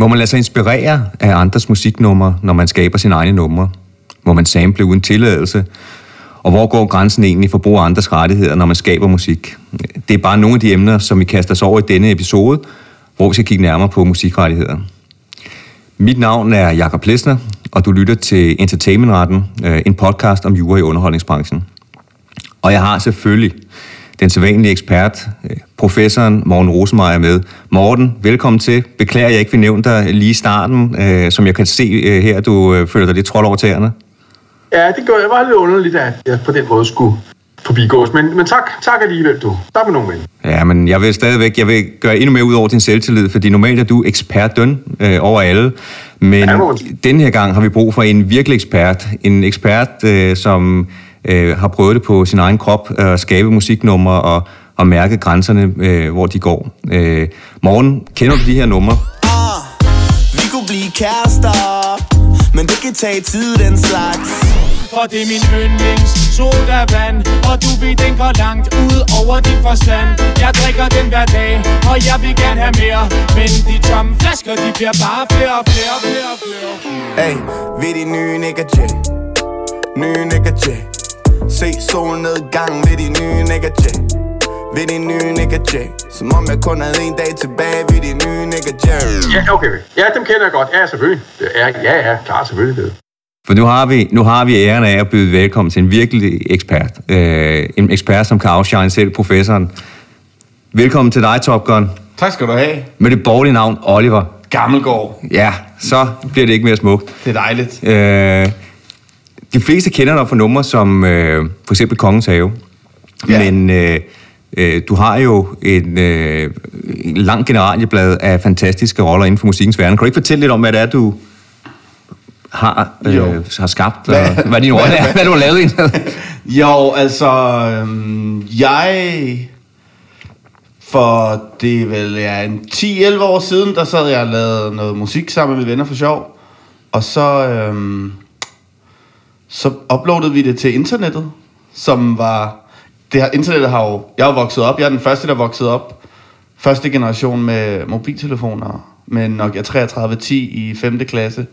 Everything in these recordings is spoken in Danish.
Må man lade sig inspirere af andres musiknumre, når man skaber sine egne numre? Må man sample uden tilladelse? Og hvor går grænsen egentlig for brug af andres rettigheder, når man skaber musik? Det er bare nogle af de emner, som vi kaster os over i denne episode, hvor vi skal kigge nærmere på musikrettigheder. Mit navn er Jakob Plesner, og du lytter til Entertainmentretten, en podcast om jura i underholdningsbranchen. Og jeg har selvfølgelig den sædvanlige ekspert, professoren Morten Rosenmeier med. Morten, velkommen til. Beklager, jeg ikke vil nævne dig lige i starten, som jeg kan se her, du føler dig lidt trådt over tæerne. Ja, det gør jeg. Var lidt underligt, at jeg på den måde skulle forbigås. Men tak alligevel, du. Der er med nogen ven. Ja, men jeg vil gøre endnu mere ud over din selvtillid, fordi normalt er du ekspertdøn over alle. Men den her gang har vi brug for en virkelig ekspert. En ekspert, som har prøvet det på sin egen krop at skabe musiknumre og mærke grænserne, hvor de går. Morgen, kender du de her numre? Vi kunne blive kærester, men det kan tage tid, den slags. For det er min yndlings sodavand, og du ved, den går langt ud over din forstand. Jeg drikker den hver dag, og jeg vil gerne have mere, men de tomme flasker, de bliver bare flere og flere. Hey, ved de nye Nick J, nye Nick J. Se solnedgang ved de nye Nick J, ved de nye Nick J. Som om jeg kun havde en dag tilbage ved de nye Nick J. Ja, okay. Ja, dem kender jeg godt. Ja, selvfølgelig. Ja, klar, selvfølgelig det. For nu har vi æren af at byde velkommen til en virkelig ekspert. En ekspert, som kan afshine selv professoren. Velkommen til dig, Top Gun. Tak skal du have. Med det borgerlige navn, Oliver Gammelgaard. Ja, så bliver det ikke mere smukt. Det er dejligt. De fleste kender dig for numre som for eksempel Kongens Have. Ja. Men du har jo en lang generalieblad af fantastiske roller inden for musikkens verden. Kan du ikke fortælle lidt om, hvad det er, du har skabt? Hvad din rolle er? Hvad du har lavet i? Jo, altså... jeg... For det er vel en 10-11 år siden, der sad jeg og lavede noget musik sammen med venner for sjov. Og så uploadede vi det til internettet, som var... Det her internettet har jo... Jeg er vokset op. Jeg er den første, der voksede op. Første generation med mobiltelefoner. Med Nokia 3310 i 5. klasse.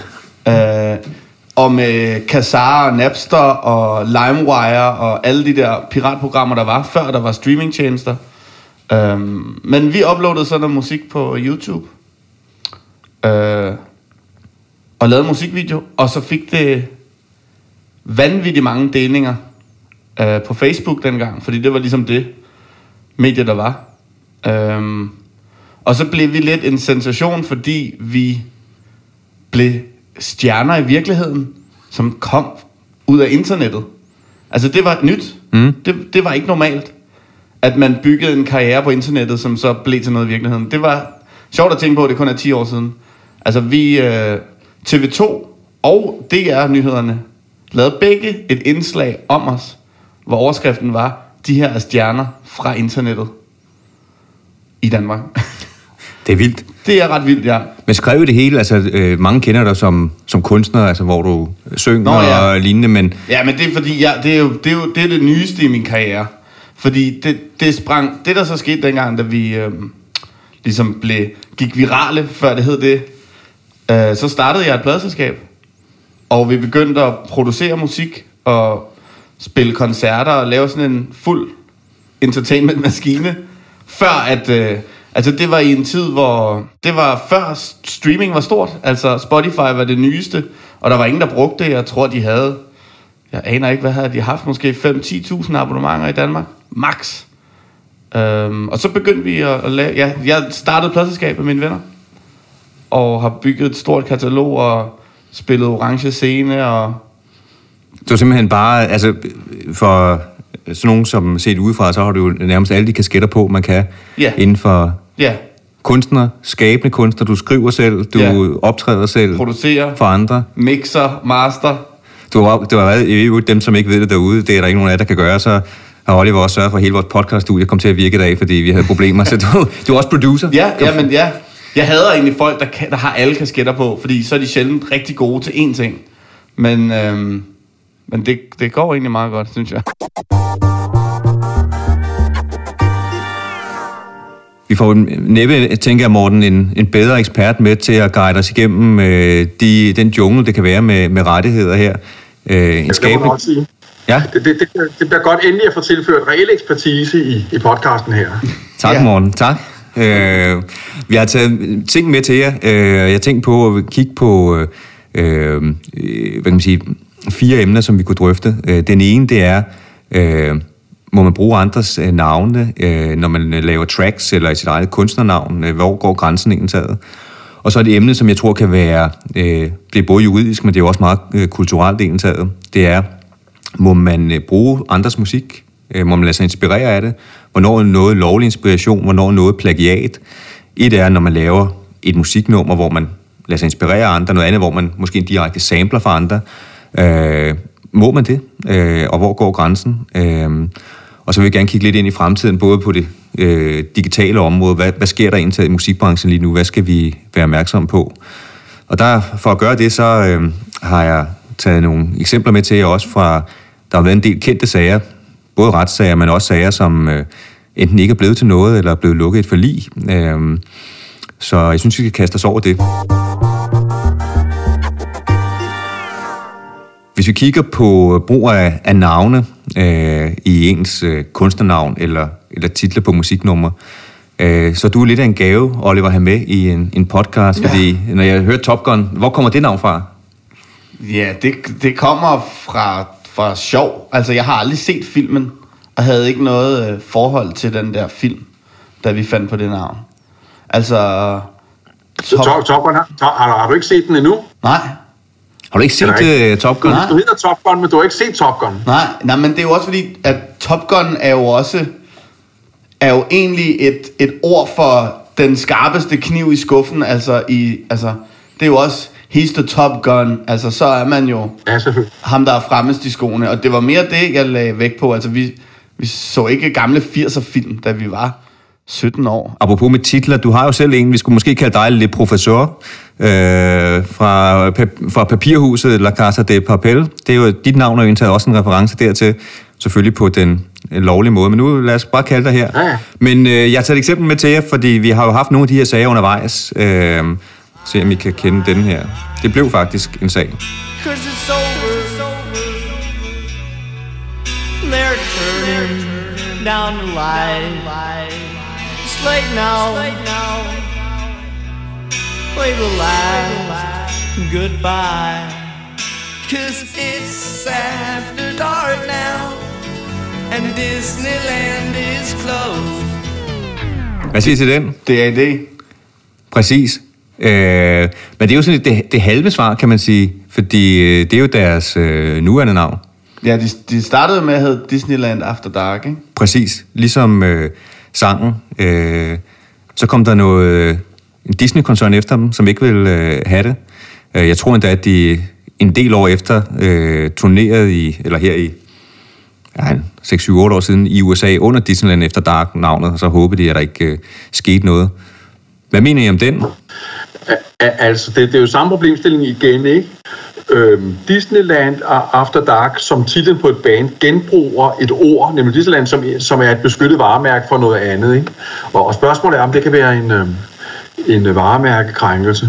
Og med Kazaa og Napster og LimeWire og alle de der piratprogrammer, der var, før der var streamingtjenester. Men vi uploadede sådan noget musik på YouTube. Og lavede musikvideo. Og så fik det vanvittigt mange delinger på Facebook dengang. Fordi det var ligesom det medie, der var. Og så blev vi lidt en sensation, fordi vi blev stjerner i virkeligheden, som kom ud af internettet. Altså det var nyt. Det var ikke normalt, at man byggede en karriere på internettet, som så blev til noget i virkeligheden. Det var sjovt at tænke på, at det kun er 10 år siden. Altså vi, TV2 og DR-nyhederne lavede begge et indslag om os, hvor overskriften var, de her er stjerner fra internettet i Danmark. Det er vildt. Det er ret vildt, ja. Men skrev det hele, altså mange kender dig som kunstner, altså hvor du synger og lignende, men... Ja, men det er fordi, det er det nyeste i min karriere. Fordi det sprang... Det, der så skete dengang, da vi ligesom gik virale, før det hed det, så startede jeg et pladeselskab. Og vi begyndte at producere musik og spille koncerter og lave sådan en fuld entertainment-maskine. Før at... Altså det var i en tid, hvor det var før streaming var stort. Altså Spotify var det nyeste, og der var ingen, der brugte det. Jeg tror, de havde... Jeg aner ikke, hvad havde de haft? Måske 5-10.000 abonnementer i Danmark. Max. Og så begyndte vi at lave... Ja, jeg startede pladselskab med mine venner. Og har bygget et stort katalog og spillet orange scene og... Det var simpelthen bare... Altså for... Sådan nogen, som set udefra, så har du jo nærmest alle de kasketter på, man kan inden for kunstner, skabende kunstner. Du skriver selv, du optræder selv, producerer for andre. Mixer, master. Du har været dem, som ikke ved det derude. Det er der ikke nogen af der kan gøre, så har Oliver også sørget for, at hele vores podcaststudie kom til at virke i dag, fordi vi havde problemer. Så du er også producer. Men jeg hader egentlig folk, der har alle kasketter på, fordi så er de sjældent rigtig gode til én ting. Men det går egentlig meget godt, synes jeg. vi får næppe, tænker jeg, Morten, en bedre ekspert med til at guide os igennem den jungle, det kan være med rettigheder her. Det må man også sige. Ja. Det bliver godt endelig at få tilført reel ekspertise i podcasten her. Tak, Morten. Tak. Vi har taget ting med til jer. Jeg tænkte på at kigge på hvad kan man sige, 4 emner, som vi kunne drøfte. Den ene, det er, må man bruge andres navne, når man laver tracks eller i sit eget kunstnernavn? Hvor går grænsen egentlig taget? Og så et emne, som jeg tror kan være, det er både juridisk, men det er også meget kulturelt egentlig taget. Det er, må man bruge andres musik? Må man lade sig inspirere af det? Hvornår er noget lovlig inspiration? Hvornår er noget plagiat? Et er, når man laver et musiknummer, hvor man lader sig inspirere af andre. Noget andet, hvor man måske direkte sampler fra andre. Må man det? Og hvor går grænsen? Og så vil jeg gerne kigge lidt ind i fremtiden, både på det digitale område. Hvad sker der egentlig i musikbranchen lige nu? Hvad skal vi være opmærksomme på? Og for at gøre det, så har jeg taget nogle eksempler med til jer også fra, der har været en del kendte sager, både retssager, men også sager, som enten ikke er blevet til noget, eller er blevet lukket et forlig. Så jeg synes, vi skal kaste os over det. Hvis vi kigger på brug af navne i ens kunstnernavn eller titler på musiknummer, så du er lidt af en gave, Oliver, at have med i en podcast, ja. Fordi når jeg hører Top Gun, hvor kommer det navn fra? Ja, det kommer fra sjov. Altså, jeg har aldrig set filmen, og havde ikke noget forhold til den der film, da vi fandt på det navn. Altså... Top Gun, har du ikke set den endnu? Nej. Har du ikke set Top Gun? Du hedder Top Gun, men du har ikke set Top Gun. Nej, men det er jo også fordi, at Top Gun er jo egentlig et ord for den skarpeste kniv i skuffen. Altså, det er jo også, he's the Top Gun. Altså, så er man jo ham, der er fremmest i skoene. Og det var mere det, jeg lagde vægt på. Altså, vi så ikke gamle 80'er-film, da vi var 17 år. Apropos med titler, du har jo selv en, vi skulle måske kalde dig lidt professor, fra Papirhuset La Casa de Papel. Det er jo, dit navn er jo indtaget også en reference dertil, selvfølgelig på den lovlige måde, men nu lad os bare kalde dig her. Ja. Men jeg har taget et eksempel med til jer, fordi vi har jo haft nogle af de her sager undervejs. Se om I kan kende den her. Det blev faktisk en sag. Down the line. It's late now. We will laugh goodbye. 'Cause it's after dark now, and Disneyland is closed. Hvad siger I til den? Det er det. Præcis. Men det er jo sådan det halve svar, kan man sige, fordi det er jo deres nuværende navn. Ja, de startede med at hedde Disneyland After Dark, ikke? Præcis, ligesom sangen. Så kom der en Disney-koncern efter dem, som ikke ville have det. Jeg tror endda, at de en del år efter turnerede her i 6-7-8 år siden i USA under Disneyland After Dark-navnet, og så håbede de, at der ikke skete noget. Hvad mener I om den? Altså, det er jo samme problemstilling igen, ikke? Disneyland After Dark, som titlen på et band, genbruger et ord, nemlig Disneyland, som er et beskyttet varemærke for noget andet, ikke? Og spørgsmålet er, om det kan være en varemærkekrænkelse.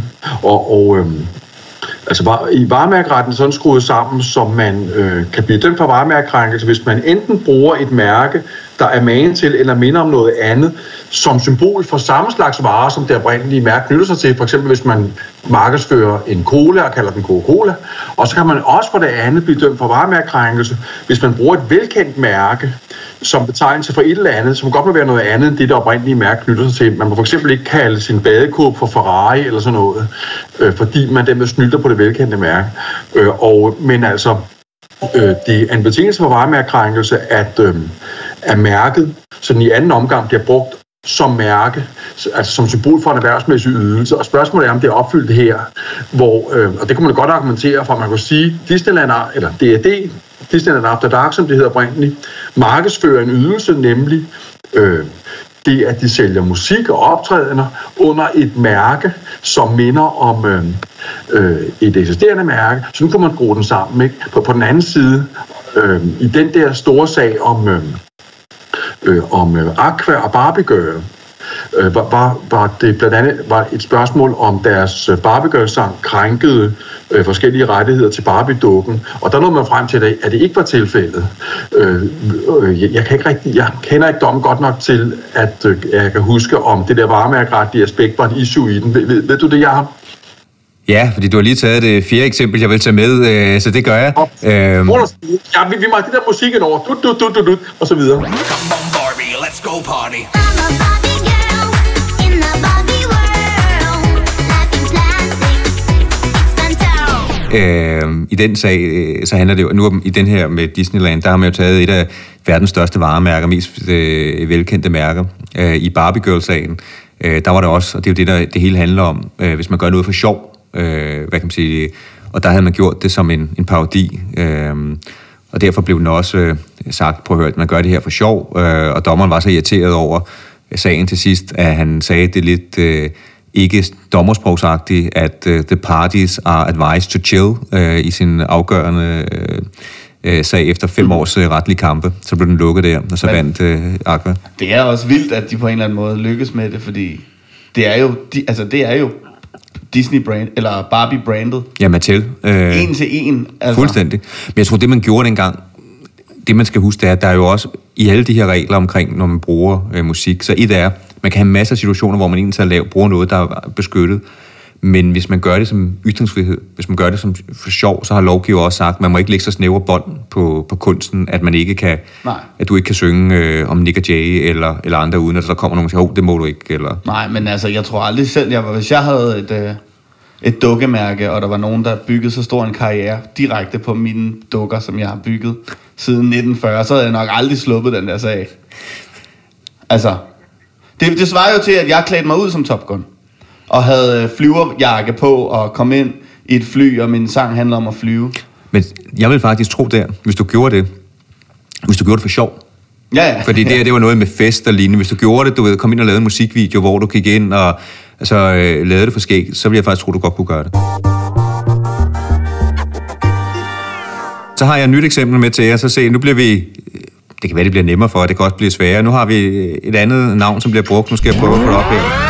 Altså i varemærkeretten er sådan skruet sammen, som man kan blive dømt for varemærkekrænkelse, hvis man enten bruger et mærke, der er magen til eller minder om noget andet, som symbol for samme slags varer, som det oprindelige mærke knytter sig til. For eksempel hvis man markedsfører en cola og kalder den Coca-Cola. Og så kan man også for det andet blive dømt for varemærkekrænkelse, hvis man bruger et velkendt mærke som betegnelse for et eller andet, som godt må være noget andet end det, der oprindelige mærke knytter sig til. Man må for eksempel ikke kalde sin badekåbe for Ferrari eller sådan noget, fordi man dermed snylter på det velkendte mærke. Men altså, det er en betingelse for varemærkekrænkelse, at mærket sådan i anden omgang bliver brugt som mærke, altså som symbol for en erhvervsmæssig ydelse. Og spørgsmålet er, om det er opfyldt her, og det kunne man godt argumentere for, man kunne sige, Disneyland, eller DAD, Disneyland After Dark, som det hedder oprindeligt, markedsfører en ydelse, nemlig det, at de sælger musik og optrædener under et mærke, som minder om et eksisterende mærke. Så nu kan man bruge den sammen, ikke? På den anden side, i den der store sag om Aqua og Barbie-Girl, var det blandt andet var et spørgsmål om deres Barbie Girl-sang krænkede forskellige rettigheder til Barbie-dukken, og der nåede man frem til, at det ikke var tilfældet. Jeg kender ikke dommen godt nok til, at jeg kan huske, om det der varemærkeretlige aspekt var et issue i den. Ved du det, Jacob? Ja, fordi du har lige taget det fjerde eksempel, jeg vil tage med, så det gør jeg. Ja, vi må have det der musikken over, og så videre. Come on Barbie, let's go party. I den sag, så handler det jo, nu i den her med Disneyland, der har man jo taget et af verdens største varemærker, mest velkendte mærker. I Barbie Girl-sagen, der var det også, og det er jo det, det hele handler om, hvis man gør noget for sjov, hvad kan man sige, og der havde man gjort det som en parodi, og derfor blev den også sagt, prøv at høre, at man gør det her for sjov, og dommeren var så irriteret over sagen til sidst, at han sagde det lidt ikke dommersprogsagtigt, at the parties are advised to chill i sin afgørende sag efter 5 års retlige kampe. Så blev den lukket der, og så vandt Aqua. Det er også vildt, at de på en eller anden måde lykkes med det, fordi det er jo Disney-brand, eller Barbie-brandet. Ja, Mattel. En til en. Altså. Fuldstændig. Men jeg tror, det man gjorde dengang, det man skal huske, det er, at der er jo også i alle de her regler omkring, når man bruger musik, så et er, man kan have masser af situationer, hvor man egentlig bruger noget, der er beskyttet. Men hvis man gør det som ytringsfrihed, hvis man gør det som for sjov, så har lovgiver også sagt, at man må ikke lægge så snævre bånd på kunsten, at man ikke kan, at du ikke kan synge om Nick og Jay eller andre, uden at der kommer nogen og siger, det må du ikke. Eller... Nej, men altså, jeg tror aldrig selv, hvis jeg havde et dukkemærke, og der var nogen, der byggede så stor en karriere direkte på mine dukker, som jeg har bygget siden 1940, så havde jeg nok aldrig sluppet den der sag. Altså, det svarer jo til, at jeg klædte mig ud som Top Gun, og havde flyverjakke på, og kom ind i et fly, og min sang handler om at flyve. Men jeg vil faktisk tro der, hvis du gjorde det for sjov. Ja. Fordi det var noget med fest og lignende. Hvis du gjorde det, du ved, kom ind og lavede en musikvideo, hvor du gik ind og lavede det for skægt, så ville jeg faktisk tro, du godt kunne gøre det. Så har jeg et nyt eksempel med til jer, så se, nu bliver vi... Det kan være, det bliver nemmere for, det kan også blive sværere. Nu har vi et andet navn, som bliver brugt. Nu skal jeg prøve at få det op her.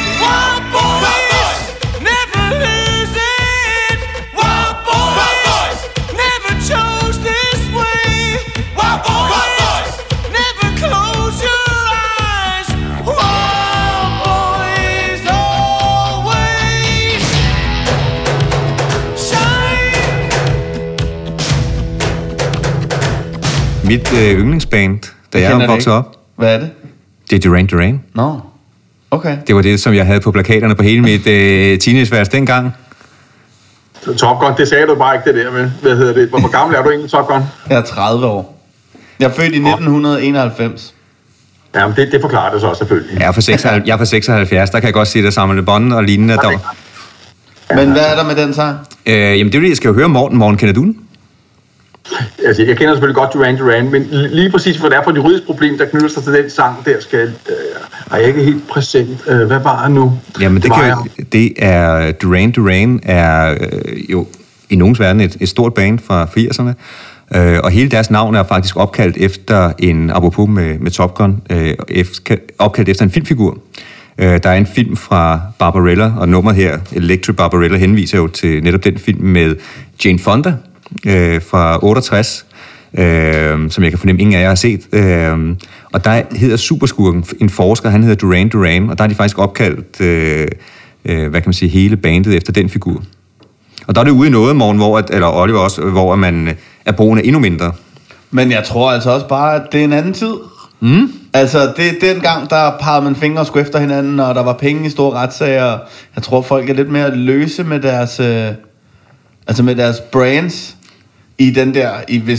Mit yndlingsband, da jeg voksede op. Hvad er det? Det er Duran Duran. Nå, okay. Det var det, som jeg havde på plakaterne på hele mit teenageværelse dengang. Top Gun, det sagde du bare ikke det der med. Hvad hedder det? Hvor gammel er du egentlig, Top Gun? Jeg er 30 år. Jeg er født i 1991. Jamen, det forklarer det så selvfølgelig. Jeg er fra 76, der kan jeg godt sige, der samlede bånd og lignende. Men hvad er der med den sang? Jamen, det er jo jeg skal jo høre Morten, kender du den? Altså, jeg kender selvfølgelig godt Duran Duran, men lige præcis for det er for et juridisk problem, der knytter sig til den sang, der er jeg ikke helt præsent. Hvad var det nu? Jamen, det er Duran Duran er jo i nogens verden et stort band fra 80'erne, og hele deres navn er faktisk opkaldt efter apropos med Top Gun, opkaldt efter en filmfigur. Der er en film fra Barbarella, og nummeret her, Electric Barbarella, henviser jo til netop den film med Jane Fonda, fra 68, som jeg kan fornemme, ingen af jer har set. Og der hedder superskurken, en forsker, han hedder Duran Duran, og der har de faktisk opkaldt, hvad kan man sige, hele bandet efter den figur. Og der er det ude i noget, Morten, eller Oliver også, hvor man er brugen af endnu mindre. Men jeg tror altså også bare, at det er en anden tid. Mm. Altså, dengang, der pegede man fingre og skulle efter hinanden, og der var penge i store retssager. Jeg tror, folk er lidt mere løse med deres... med deres brands i den der,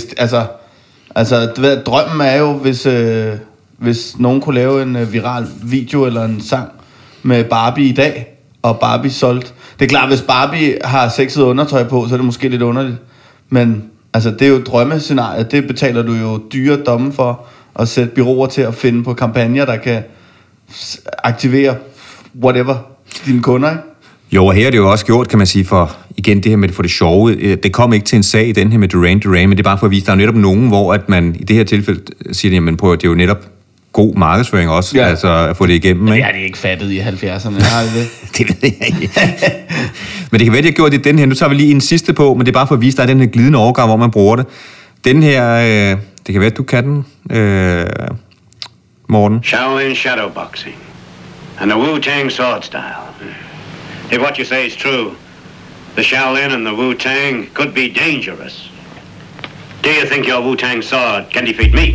drømmen er jo, hvis nogen kunne lave en viral video eller en sang med Barbie i dag, og Barbie solgt. Det er klart, hvis Barbie har sexet undertøj på, så er det måske lidt underligt. Men altså, det er jo drømmescenariet. Det betaler du jo dyre domme for at sætte bureauer til at finde på kampagner, der kan aktivere whatever dine kunder, ikke? Jo, og her er det jo også gjort, kan man sige, for igen det her med for det sjove. Det kom ikke til en sag i den her med Duran Duran, men det er bare for at vise, der er netop nogen, hvor at man i det her tilfælde siger, jamen prøv at det er jo netop god markedsføring også, altså at få det igennem. Men det har de ikke fattet i 70'erne, har de det? Det ved jeg ikke. Men det kan være, de har gjort det den her. Nu tager vi lige en sidste på, men det er bare for at vise dig den her glidende overgang, hvor man bruger det. Den her, det kan være, at du kan den, Morten. Shaolin shadowboxing and the Wu-Tang sword style. If what you say is true, the Shaolin and the Wu-Tang could be dangerous. Do you think your Wu-Tang sword can defeat me?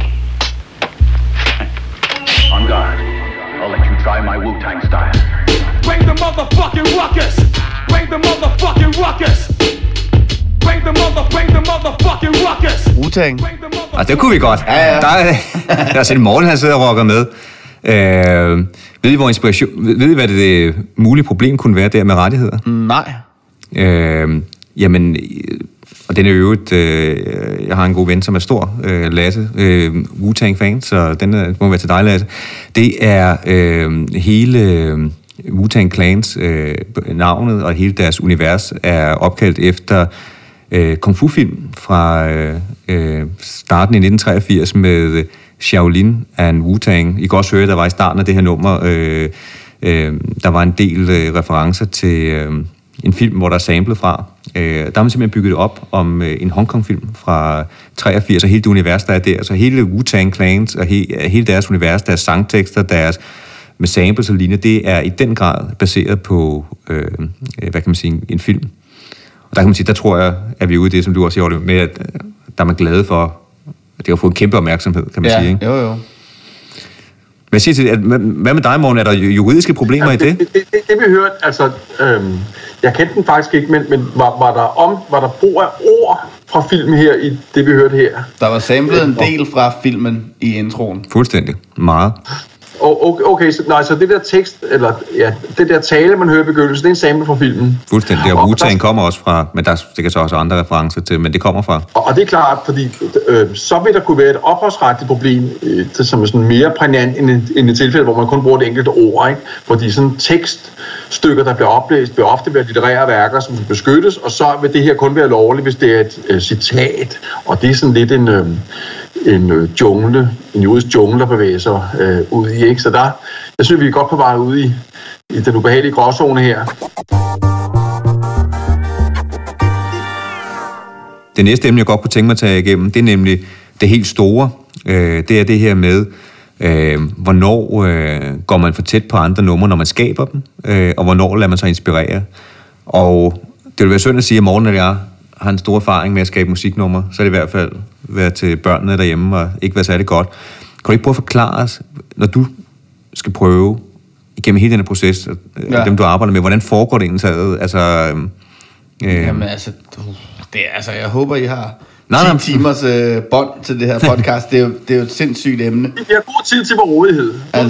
On guard. I'll let you try my Wu-Tang style. Bring the motherfucking ruckus! Bring the motherfucking ruckus! Bring the motherfucking ruckus! Wu-Tang. Altså, det kunne vi godt. Ja. Der er sådan Morten, han sidder og rocker med. Ved I, hvor inspiration... Ved I, hvad det mulige problem kunne være der med rettigheder? Nej. Jamen... Og den er jo jeg har en god ven, som er stor, Lasse, Wu-Tang-fan, så den må være til dig, Lasse. Det er hele Wu-Tang Clans navnet og hele deres univers er opkaldt efter kung fu-film fra starten i 1983 med Shaolin and Wu-Tang. I kan også høre, der var i starten af det her nummer, der var en del referencer til en film, hvor der er samlet fra. Der har man simpelthen bygget op om en Hongkong-film fra 83, og hele det univers, der er der. Så hele Wu-Tang Clans og hele deres univers, deres sangtekster, deres med samples og lignende, det er i den grad baseret på, hvad kan man sige, en film. Og der kan man sige, der tror jeg, at vi er ude i det, som du også siger, med at der er man glade for, at det har fået en kæmpe opmærksomhed, kan man sige. Ikke? Jo. Hvad med dig, Morten? Er der juridiske problemer i det? Det vi hørte, altså, jeg kendte den faktisk ikke, men var der brug af ord fra filmen her i det, vi hørte her? Der var samlet en del fra filmen i introen. Fuldstændig. Meget. Okay, så det der tekst, eller ja, det der tale, man hører i begyndelsen, det er en sample fra filmen. Fuldstændig, og Wu-Tang kommer også fra, men det kan så også andre referencer til, men det kommer fra. Og det er klart, fordi så vil der kunne være et ophavsretligt problem, som er sådan mere prægnant end et tilfælde, hvor man kun bruger det enkelte ord, ikke? Fordi sådan tekststykker, der bliver oplæst, vil ofte være litterære værker, som vil beskyttes, og så vil det her kun være lovligt, hvis det er et citat, og det er sådan lidt en juridisk jungle, der bevæger sig ud i, ikke? Så jeg synes, vi er godt på vej ude i den ubehagelige gråzone her. Det næste emne, jeg godt kunne tænke mig at tage igennem, det er nemlig det helt store. Det er det her med, hvornår går man for tæt på andre numre, når man skaber dem, og hvornår lader man sig inspirere. Og det vil være synd at sige, at Morten og jeg har en stor erfaring med at skabe musiknumre, så er det i hvert fald været til børnene derhjemme og ikke være særlig godt. Kan du ikke prøve at forklare os, når du skal prøve igennem hele denne proces, dem du arbejder med, hvordan foregår det egentlig? Jamen altså, jeg håber, I har 10 timers bånd til det her podcast. Det er jo et sindssygt emne. Vi har god tid til rådighed.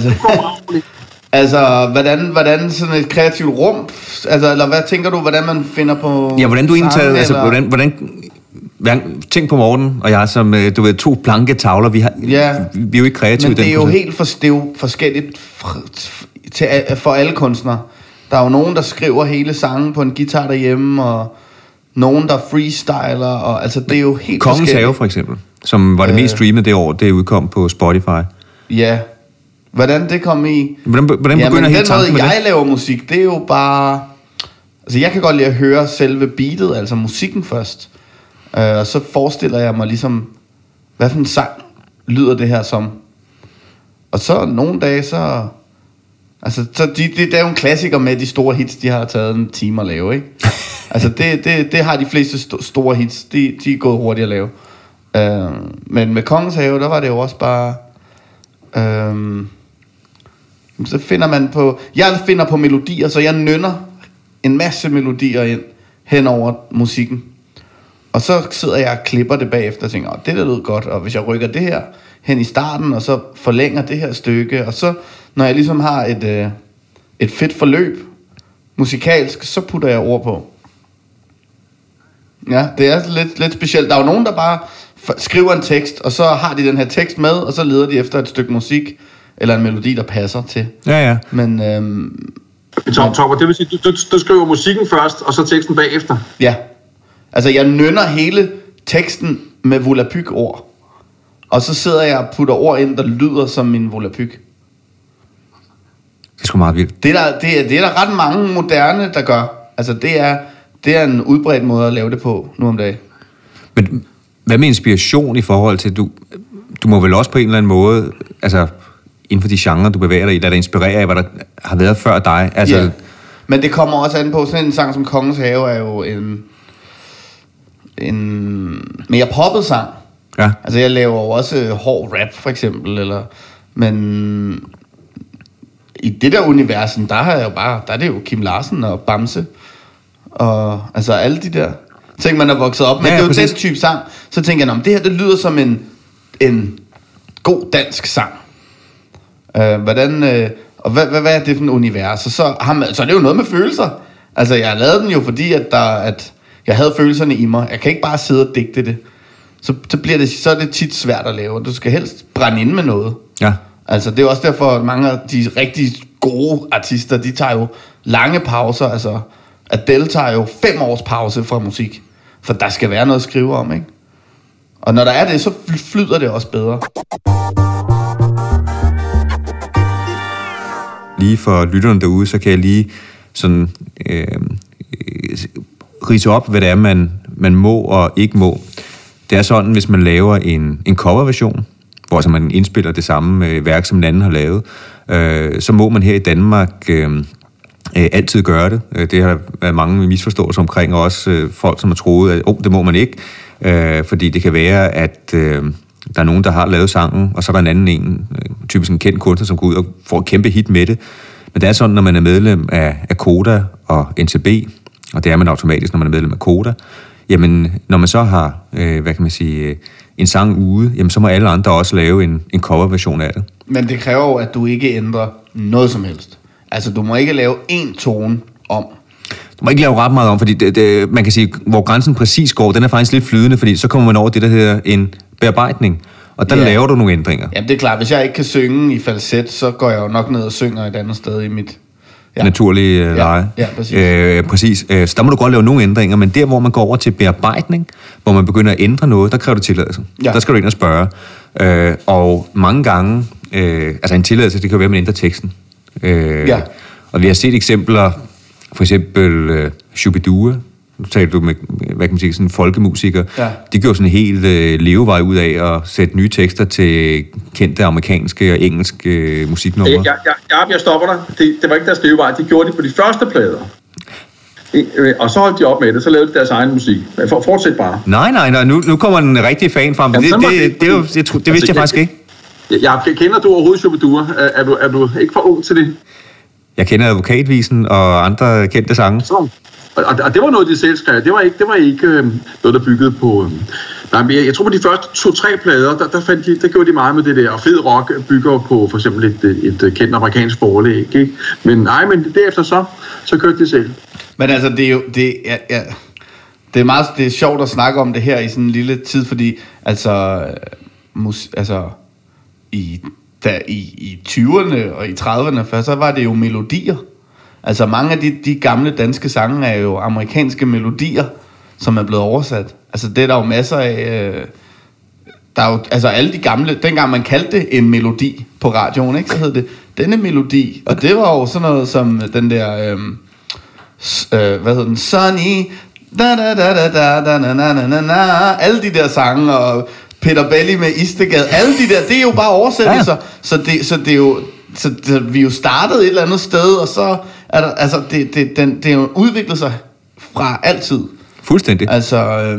Altså, hvordan sådan et kreativt rum, altså, eller hvad tænker du, hvordan man finder på... Ja, hvordan du indtager, altså, hvordan tænk på Morten og jeg som, du ved, 2 blanke tavler, vi er jo ikke kreative. Men det er jo det er jo forskelligt for alle kunstnere. Der er jo nogen, der skriver hele sangen på en guitar derhjemme, og nogen, der freestyler, og altså, det er jo helt Kongens forskelligt. Have, for eksempel, som var det mest streamede det år, det udkom på Spotify. Ja. Hvordan det kom i... Hvordan begynder hele tanken med det? Jeg laver musik, det er jo bare... Altså, jeg kan godt lide at høre selve beatet, altså musikken først. Og så forestiller jeg mig ligesom, hvad for en sang lyder det her som. Og så nogle dage, så... Altså, så det er jo en klassiker med de store hits, de har taget en time at lave, ikke? Altså, det har de fleste store hits, de er gået hurtigt at lave. Men med Kongens Have, der var det jo også bare... så finder man på... Jeg finder på melodier, så jeg nynner en masse melodier ind hen over musikken. Og så sidder jeg og klipper det bagefter og tænker, det der lød godt, og hvis jeg rykker det her hen i starten, og så forlænger det her stykke, og så når jeg ligesom har et fedt forløb musikalsk, så putter jeg ord på. Ja, det er lidt specielt. Der er jo nogen, der bare skriver en tekst, og så har de den her tekst med, og så leder de efter et stykke musik, eller en melodi, der passer til. Ja. Men Tom, det vil sige, du skriver musikken først, og så teksten bagefter? Ja. Altså, jeg nynner hele teksten med volapyk-ord. og så sidder jeg og putter ord ind, der lyder som min volapyk. Det er sgu meget vildt. Det er der ret mange moderne, der gør. Altså, det er en udbredt måde at lave det på nu om dagen. Men hvad med inspiration i forhold til, du må vel også på en eller anden måde, altså inden for de genrer, du bevæger dig i, lade dig inspirere af, hvad der har været før dig? Altså, ja, men det kommer også an på, sådan en sang som Kongens Have er jo en mere poppet sang. Ja. Altså, jeg laver jo også hård rap, for eksempel, men i det der univers, der er det jo Kim Larsen og Bamse, og altså alle de der ting, man er vokset op med. Ja, det er jo den type sang. Så tænker jeg, det her, det lyder som en god dansk sang. Og hvad er det for en univers? Og så er det jo noget med følelser. Altså, jeg lavede den jo, fordi at jeg havde følelserne i mig. Jeg kan ikke bare sidde og digte det. Så er det tit svært at lave. Du skal helst brænde ind med noget. Ja. Altså, det er også derfor, at mange af de rigtig gode artister, de tager jo lange pauser. Altså, Adele tager jo 5 års pause fra musik. For der skal være noget at skrive om, ikke? Og når der er det, så flyder det også bedre. Lige for lytterne derude, så kan jeg lige sådan ridse op, hvad det er, man må og ikke må. Det er sådan, hvis man laver en coverversion, hvor så man indspiller det samme værk, som den anden har lavet, så må man her i Danmark altid gøre det. Det har været mange misforståelser omkring, og også folk, som har troet, at det må man ikke, fordi det kan være, at der er nogen, der har lavet sangen, og så er der en anden typisk en kendt kunstner, som går ud og får et kæmpe hit med det. Men det er sådan, når man er medlem af Koda og NCB, og det er man automatisk, når man er medlem af Koda, jamen, når man så har, en sang ude, jamen, så må alle andre også lave en coverversion af det. Men det kræver jo, at du ikke ændrer noget som helst. Altså, du må ikke lave én tone om. Du må ikke lave ret meget om, fordi man kan sige, hvor grænsen præcis går, den er faktisk lidt flydende, fordi så kommer man over det, der hedder en bearbejdning. Og der laver du nogle ændringer. Jamen, det er klart. Hvis jeg ikke kan synge i falset, så går jeg jo nok ned og synger et andet sted i mit naturlige leje. Ja, præcis. Præcis. Så der må du godt lave nogle ændringer, men der, hvor man går over til bearbejdning, hvor man begynder at ændre noget, der kræver du tilladelse. Ja. Der skal du ind og spørge. Og mange gange, altså en tilladelse, det kan være, at man ændrer teksten. Og vi har set eksempler, for eksempel Shubidua. Nu taler du med, hvad kan man sige, sådan en folkemusiker. Ja. De gjorde sådan en helt levevej ud af at sætte nye tekster til kendte amerikanske og engelske musiknumre. Jeg stopper dig. Det var ikke deres levevej. De gjorde det på de første plader. Og så holdt de op med det, så lavede de deres egen musik. Fortsæt bare. Nej. Nu kommer den rigtige fan frem. Det vidste jeg faktisk ikke. Kender du overhovedet Shubidua? Er du ikke for ung til det? Jeg kender Advokatvisen og andre kendte sange. Og det var noget, de selv skrev. Det var ikke noget, der byggede på... jeg tror på de første 2-3 plader, der gjorde de meget med det der. Og fed rock bygger på for eksempel et kendt amerikansk forlæg, ikke? Men derefter så kørte de selv. Men altså, det er jo... Det er sjovt at snakke om det her i sådan en lille tid, fordi i 20'erne og i 30'erne først, så var det jo melodier. Altså mange af de gamle danske sange er jo amerikanske melodier, som er blevet oversat. Altså det er der jo masser af... Der er jo, altså alle de gamle... Dengang man kaldte det en melodi på radioen, ikke? Så hed det denne melodi. Og det var jo sådan noget som den der... hvad hedder den? Sunny... Alle de der sange, og Peter Belli med Istegade. Alle de der, det er jo bare oversættelser. Ja. Så det er jo... Så vi jo startede et eller andet sted, og så er der, altså, det er jo udviklet sig fra altid. Fuldstændig. Altså,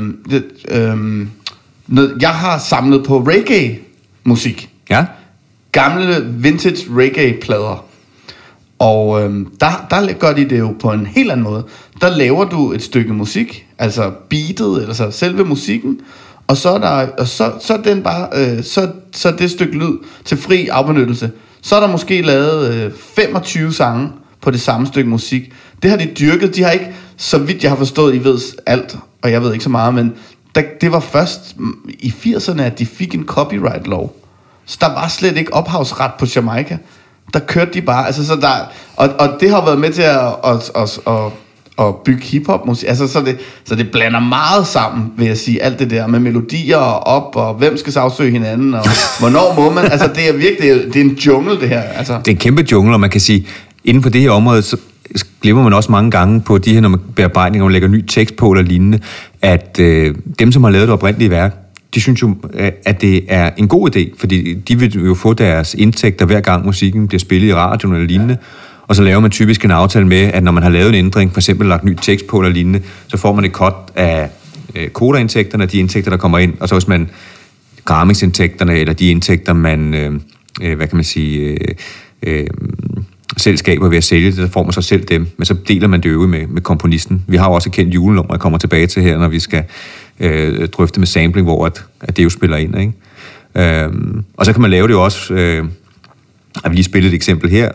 jeg har samlet på reggae-musik. Ja. Gamle vintage reggae-plader. Og der gør de det jo på en helt anden måde. Der laver du et stykke musik, altså beatet, eller så selve musikken, og så er der, så den bare, så det stykke lyd til fri afbenyttelse. Så er der måske lavet 25 sange på det samme stykke musik. Det har de dyrket. De har ikke, så vidt jeg har forstået, I ved alt, og jeg ved ikke så meget, men det var først i 80'erne, at de fik en copyright-lov. Så der var slet ikke ophavsret på Jamaica. Der kørte de bare. Altså, så der, og det har været med til at bygge hiphop musik. Altså, så det blander meget sammen, vil jeg sige, alt det der med melodier og op, og hvem skal sagsøge hinanden, og hvornår må man. Altså, det er virkelig, det er en jungle, det her. Altså. Det er en kæmpe jungle, og man kan sige, inden på det her område, så glemmer man også mange gange på de her, når man bearbejder, og man lægger ny tekst på eller lignende, at dem, som har lavet det oprindelige værk, de synes jo, at det er en god idé, fordi de vil jo få deres indtægter hver gang musikken bliver spillet i radioen eller lignende, og så laver man typisk en aftale med, at når man har lavet en ændring, for eksempel lagt ny tekst på eller lignende, så får man et cut af koderindtægterne og de indtægter, der kommer ind, og så hvis man gramingsindtægterne eller de indtægter, man, hvad kan man sige, selskaber ved at sælge det, så får man så selv dem, men så deler man det øvrige med komponisten. Vi har jo også et kendt julenummer, jeg kommer tilbage til her, når vi skal drøfte med sampling, hvor at det jo spiller ind, ikke? Og så kan man lave det jo også, at vi lige spille et eksempel her.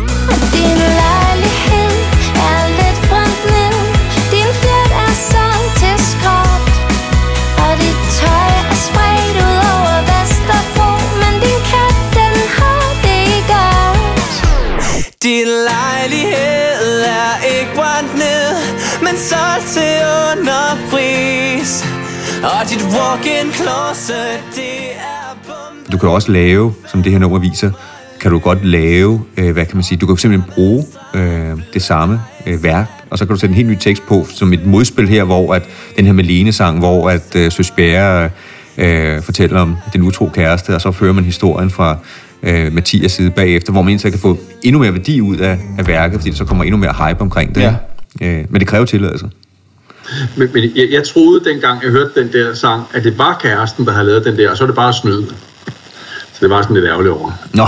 Din lejlighed er ikke brændt ned, men solgt til underpris. Og dit walk-in closet, det er bum. Du kan også lave, som det her nummer viser, kan du godt lave, hvad kan man sige, du kan simpelthen bruge det samme værk, og så kan du sætte en helt ny tekst på, som et modspil her, hvor at den her Malene-sang, hvor at Søs Bjerre fortæller om den utro kæreste, og så fører man historien fra Mathias side bagefter, hvor man egentlig kan få endnu mere værdi ud af værket, fordi det så kommer endnu mere hype omkring det. Ja. Men det kræver tilladelse. Men jeg troede dengang, jeg hørte den der sang, at det var kæresten, der havde lavet den der, og så er det bare snyd. Så det var sådan lidt ærgerligt over. Nå,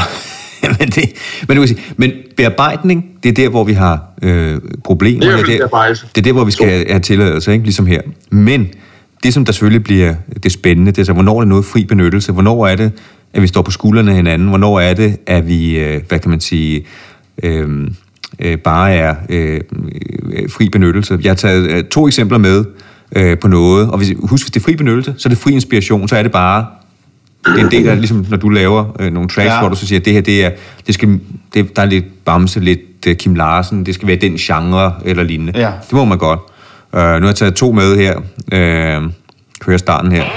men bearbejdning, det er der, hvor vi har problemer. Det er der, hvor vi skal have tilladelse, ikke? Ligesom her. Men det, som der selvfølgelig bliver det spændende, det er så, hvornår er det noget fri benyttelse? Hvornår er det, at vi står på skuldrene af hinanden? Hvornår er det, at vi, hvad kan man sige, bare er fri benyttelse? Jeg har taget 2 eksempler med på noget, og hvis det er fri benyttelse, så er det fri inspiration, så er det bare, det er en del af, ligesom når du laver nogle tracks, hvor du så siger, at det her, der er lidt Bamse, lidt Kim Larsen, det skal være den genre eller lignende. Ja. Det må man godt. Nu har jeg taget 2 med her. Kører starten her.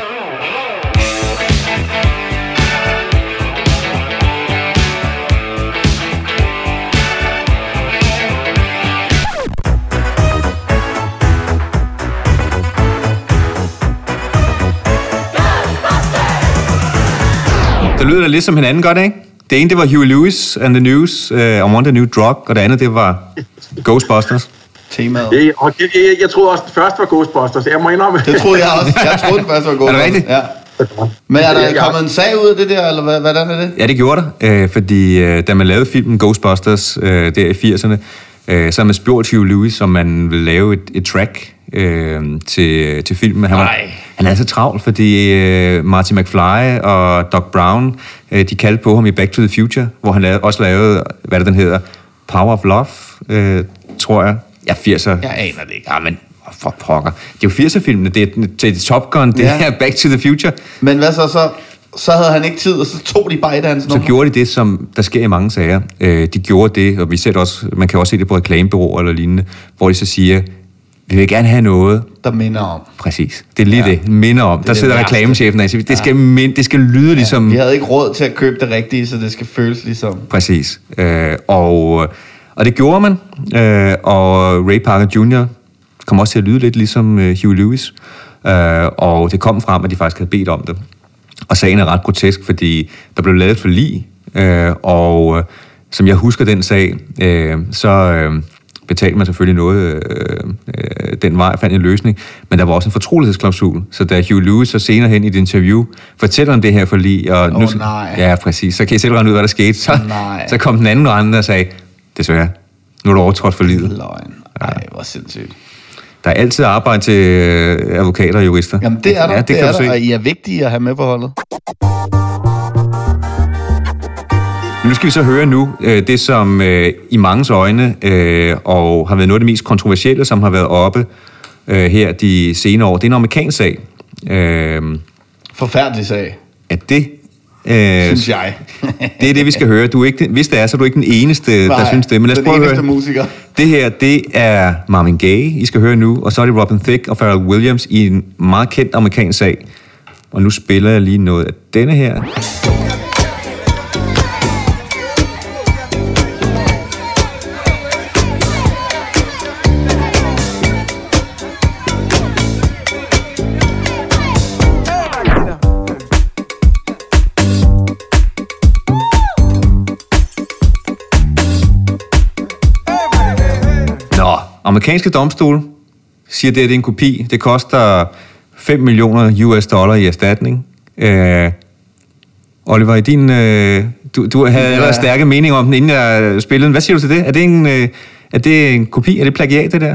Det lyder da lidt som hinanden godt, ikke? Det ene, det var Huey Lewis and the News, I Want a New Drug, og det andet, det var Ghostbusters. Temaet. Jeg troede også, den første var Ghostbusters. Jeg må indrømme. Det troede jeg også. Jeg troede, den første var Ghostbusters. Er det rigtigt? Ja. Men er der kommet en sag ud af det der, eller hvordan er det? Ja, det gjorde der. Fordi da man lavede filmen Ghostbusters der i 80'erne, så har man spurgt Huey Lewis, om man ville lave et track til filmen. Han er så travlt, fordi Marty McFly og Doc Brown, de kaldte på ham i Back to the Future, hvor han også lavede, hvad den hedder, Power of Love, tror jeg. Ja, 80'er. Jeg aner det ikke. Ja, men for pokker. Det er jo 80'er-filmene, det er Top Gun, det er Back to the Future. Men hvad så havde han ikke tid, og så tog de bare et af hans nummer. Så gjorde de det, som der sker i mange sager. De gjorde det, og vi ser det også, man kan også se det på reklamebureauer eller lignende, hvor de så siger, vi vil gerne have noget, der minder om. Præcis. Det er lige det. Minder om. Der sidder reklamechefen og siger, det skal lyde ligesom. Vi havde ikke råd til at købe det rigtige, så det skal føles ligesom. Præcis. Og det gjorde man. Og Ray Parker Jr. kom også til at lyde lidt ligesom Huey Lewis. Og det kom frem, at de faktisk havde bedt om det. Og sagen er ret grotesk, fordi der blev lavet et forlig, og som jeg husker den sag, så betalte man selvfølgelig noget den vej, fandt en løsning, men der var også en fortrolighedsklausul, så da Huey Lewis så senere hen i et interview fortæller om det her forlig, og nu, ja, præcis, så kan I selv regne ud, hvad der skete, så kom den anden og anden og sagde, desværre, nu er du overtrådt forliget. Løgn. Ej, hvor sindssygt. Der er altid arbejde til advokater og jurister. Jamen det er der, det er der, og I er vigtige at have med på holdet. Nu skal vi så høre det, som i manges øjne og har været noget af det mest kontroversielle, som har været oppe her de senere år. Det er en amerikansk sag. Forfærdelig sag. Ja, det synes jeg. Det er det, vi skal høre. Du er ikke, hvis det er, så er du ikke den eneste, der synes det. Men lad os prøve musiker. Det her, det er Marvin Gaye, I skal høre nu, og så er det Robin Thicke og Pharrell Williams i en meget kendt amerikansk sag. Og nu spiller jeg lige noget af denne her. Amerikanske domstol siger, det er en kopi. Det koster $5 millioner i erstatning. Oliver, i din, du havde allerede stærke mening om den, inden jeg spillede den. Hvad siger du til det? Er det en kopi? Er det plagiat, det der?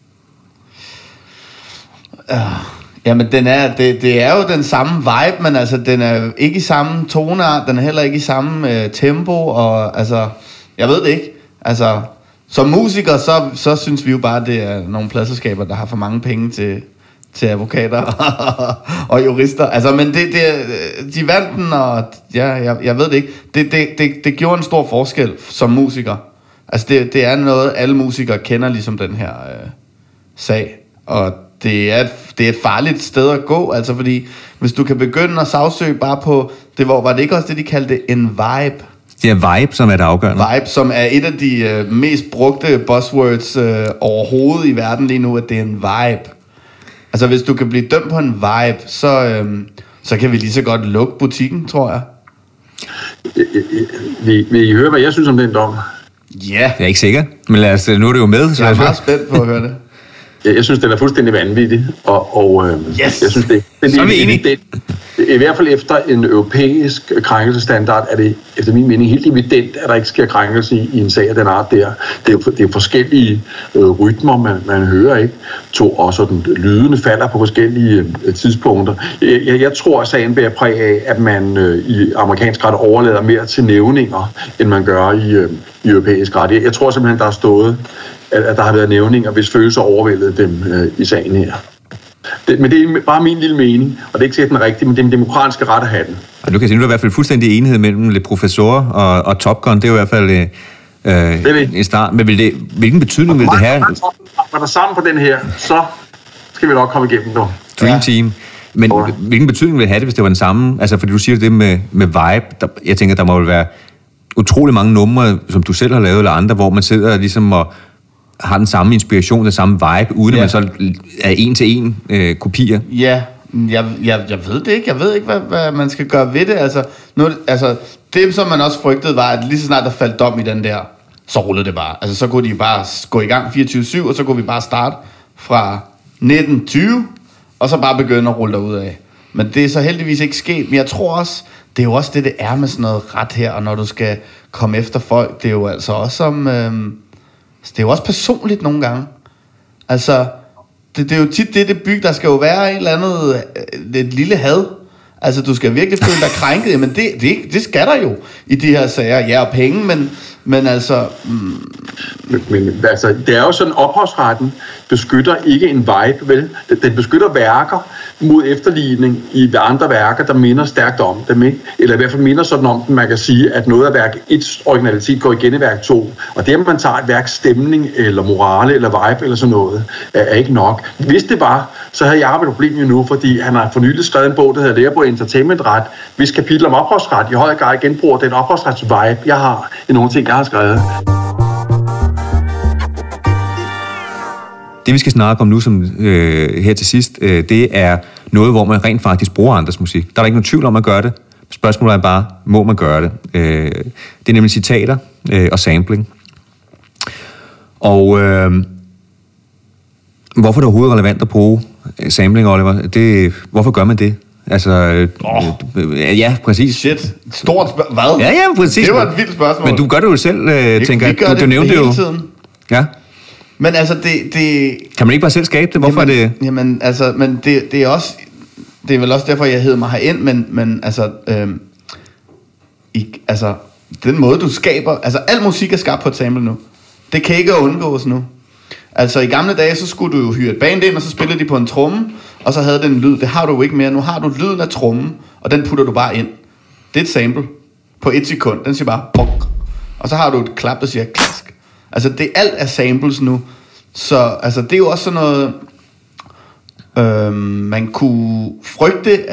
Jamen, det er jo den samme vibe, men altså, den er ikke i samme toneart, den er heller ikke i samme tempo, og altså, jeg ved det ikke. Altså, som musiker, så synes vi jo bare, at det er nogle pladselskaber, der har for mange penge til advokater og jurister. Altså, men de vandt den, og ja, jeg ved det ikke. Det gjorde en stor forskel som musiker. Altså, det er noget, alle musikere kender, ligesom den her sag. Og det er et farligt sted at gå, altså, fordi hvis du kan begynde at sagsøge bare på, var det ikke også det, de kaldte en vibe? Det er vibe, som er det afgørende. Vibe, som er et af de mest brugte buzzwords overhovedet i verden lige nu, at det er en vibe. Altså, hvis du kan blive dømt på en vibe, så kan vi lige så godt lukke butikken, tror jeg. Vil I høre, hvad jeg synes om den dom? Ja. Yeah. Jeg er ikke sikker, men lad os, nu er det jo med. Så jeg er meget spændt på at høre det. Jeg synes, den er fuldstændig vanvittig, og yes. Jeg synes, det er evident. I hvert fald efter en europæisk krænkelsestandard er det efter min mening helt evident, at der ikke sker krænkelse i en sag af den art der. Det er forskellige rytmer, man hører, ikke? Og så den lydene falder på forskellige tidspunkter. Jeg tror, at sagen bærer præg af, at man i amerikansk ret overlader mere til nævninger, end man gør i europæisk ret. Jeg tror simpelthen, der er stået, at der har været nævninger, hvis følelser overvældede dem i sagen her. Men det er bare min lille mening, og det er ikke sikkert den rigtige, men det er en demokratiske ret at have den. Og du kan sige, nu er der i hvert fald fuldstændig enighed mellem lidt professorer og Top Gun. Det er jo i hvert fald en start. Men hvilken betydning vil det have? Når der sammen på den her, så skal vi nok komme igennem nu. Dream Team. Men hvilken betydning vil det have, hvis det var den samme? Altså, fordi du siger det med vibe. Jeg tænker, der må jo være utrolig mange numre, som du selv har lavet, eller andre, hvor man sidder ligesom og har den samme inspiration, den samme vibe, uden at man så er en-til-en kopier. Ja, jeg ved det ikke. Jeg ved ikke, hvad man skal gøre ved det. Altså, det, som man også frygtede, var, at lige så snart der faldt dom i den der, så rullede det bare. Altså, så kunne de bare gå i gang 24/7, og så kunne vi bare starte fra 1920, og så bare begynde at rulle derud af. Men det er så heldigvis ikke sket. Men jeg tror også, det er jo også det er med sådan noget ret her, og når du skal komme efter folk, det er jo altså også som... det er jo også personligt nogle gange. Altså, det er jo tit det bygge, der skal jo være et eller andet, et lille had. Altså, du skal virkelig føle dig krænket. Men det skal der jo i de her sager. Ja, og penge, men altså... Men altså, det er jo sådan, ophavsretten beskytter ikke en vibe, vel? Den beskytter værker mod efterligning i andre værker, der minder stærkt om dem, ikke? Eller i hvert fald minder sådan om dem, man kan sige, at noget af værk 1's originalitet går igen i værk 2. Og det, at man tager et værks stemning, eller morale, eller vibe, eller sådan noget, er ikke nok. Hvis det var, så havde jeg et problem jo nu, fordi han har for nylig skrevet en bog, der hedder Lære på entertainmentret, hvis kapitel om ophavsret i høj grad genbruger den ophavsrets-vibe, jeg har i nogle ting, jeg har skrevet. Det vi skal snakke om nu som her til sidst, det er noget, hvor man rent faktisk bruger andres musik. Der er ikke nogen tvivl om at gøre det. Spørgsmålet er bare, må man gøre det? Det er nemlig citater og sampling. Og hvorfor er det overhovedet relevant at bruge sampling, Oliver? Hvorfor gør man det? Altså, ja, præcis. Shit, stort hvad? Ja, præcis. Det var et vildt spørgsmål. Men du gør det jo selv, tænker jeg. Du nævnte det jo. Tiden. Ja. Men altså, det... Kan man ikke bare selv skabe det? Hvorfor jamen, er det... Jamen, altså, men det er også... Det er vel også derfor, jeg hedder mig herind, men altså... altså, den måde, du skaber... Altså, al musik er skabt på et sample nu. Det kan ikke undgås nu. Altså, i gamle dage, så skulle du jo hyre et band ind, og så spillede de på en tromme, og så havde den lyd. Det har du jo ikke mere. Nu har du lyden af trommen, og den putter du bare ind. Det er et sample på 1 sekund. Den siger bare... Bok. Og så har du et klap, der siger klask. Altså, alt er samples nu. Så altså, det er jo også sådan noget... man kunne frygte,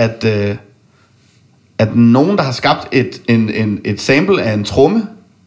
at nogen, der har skabt et sample af en tromme,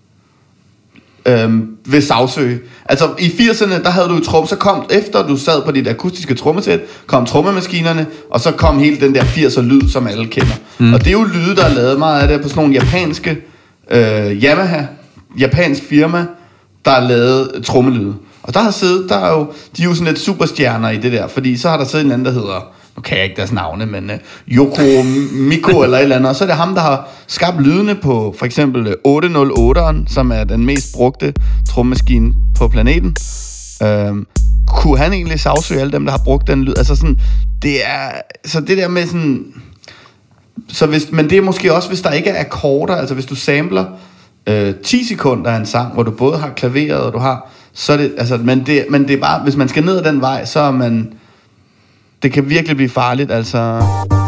vil sagsøge. Altså i 80'erne, der havde du tromme, så kom efter du sad på dit akustiske trommesæt, kom trommemaskinerne, og så kom hele den der 80'er lyd, som alle kender. Og det er jo lyde, der er lavet meget af det på sådan nogle japanske Yamaha, japansk firma, der har lavet trommelyde. Og de er jo sådan lidt superstjerner i det der, fordi så har der siddet en anden, der hedder, nu kan jeg ikke deres navne, men Yoko Miko eller et eller andet, og så er det ham, der har skabt lydene på for eksempel 808'eren, som er den mest brugte trommemaskine på planeten. Kunne han egentlig sagsøge alle dem, der har brugt den lyd? Altså sådan, det er, så det der med sådan, men det er måske også, hvis der ikke er akkorder, altså hvis du sampler 10 sekunder af en sang, hvor du både har klaveret, og du har, så er det, altså, men det er bare, hvis man skal ned ad den vej, så er man, det kan virkelig blive farligt, altså.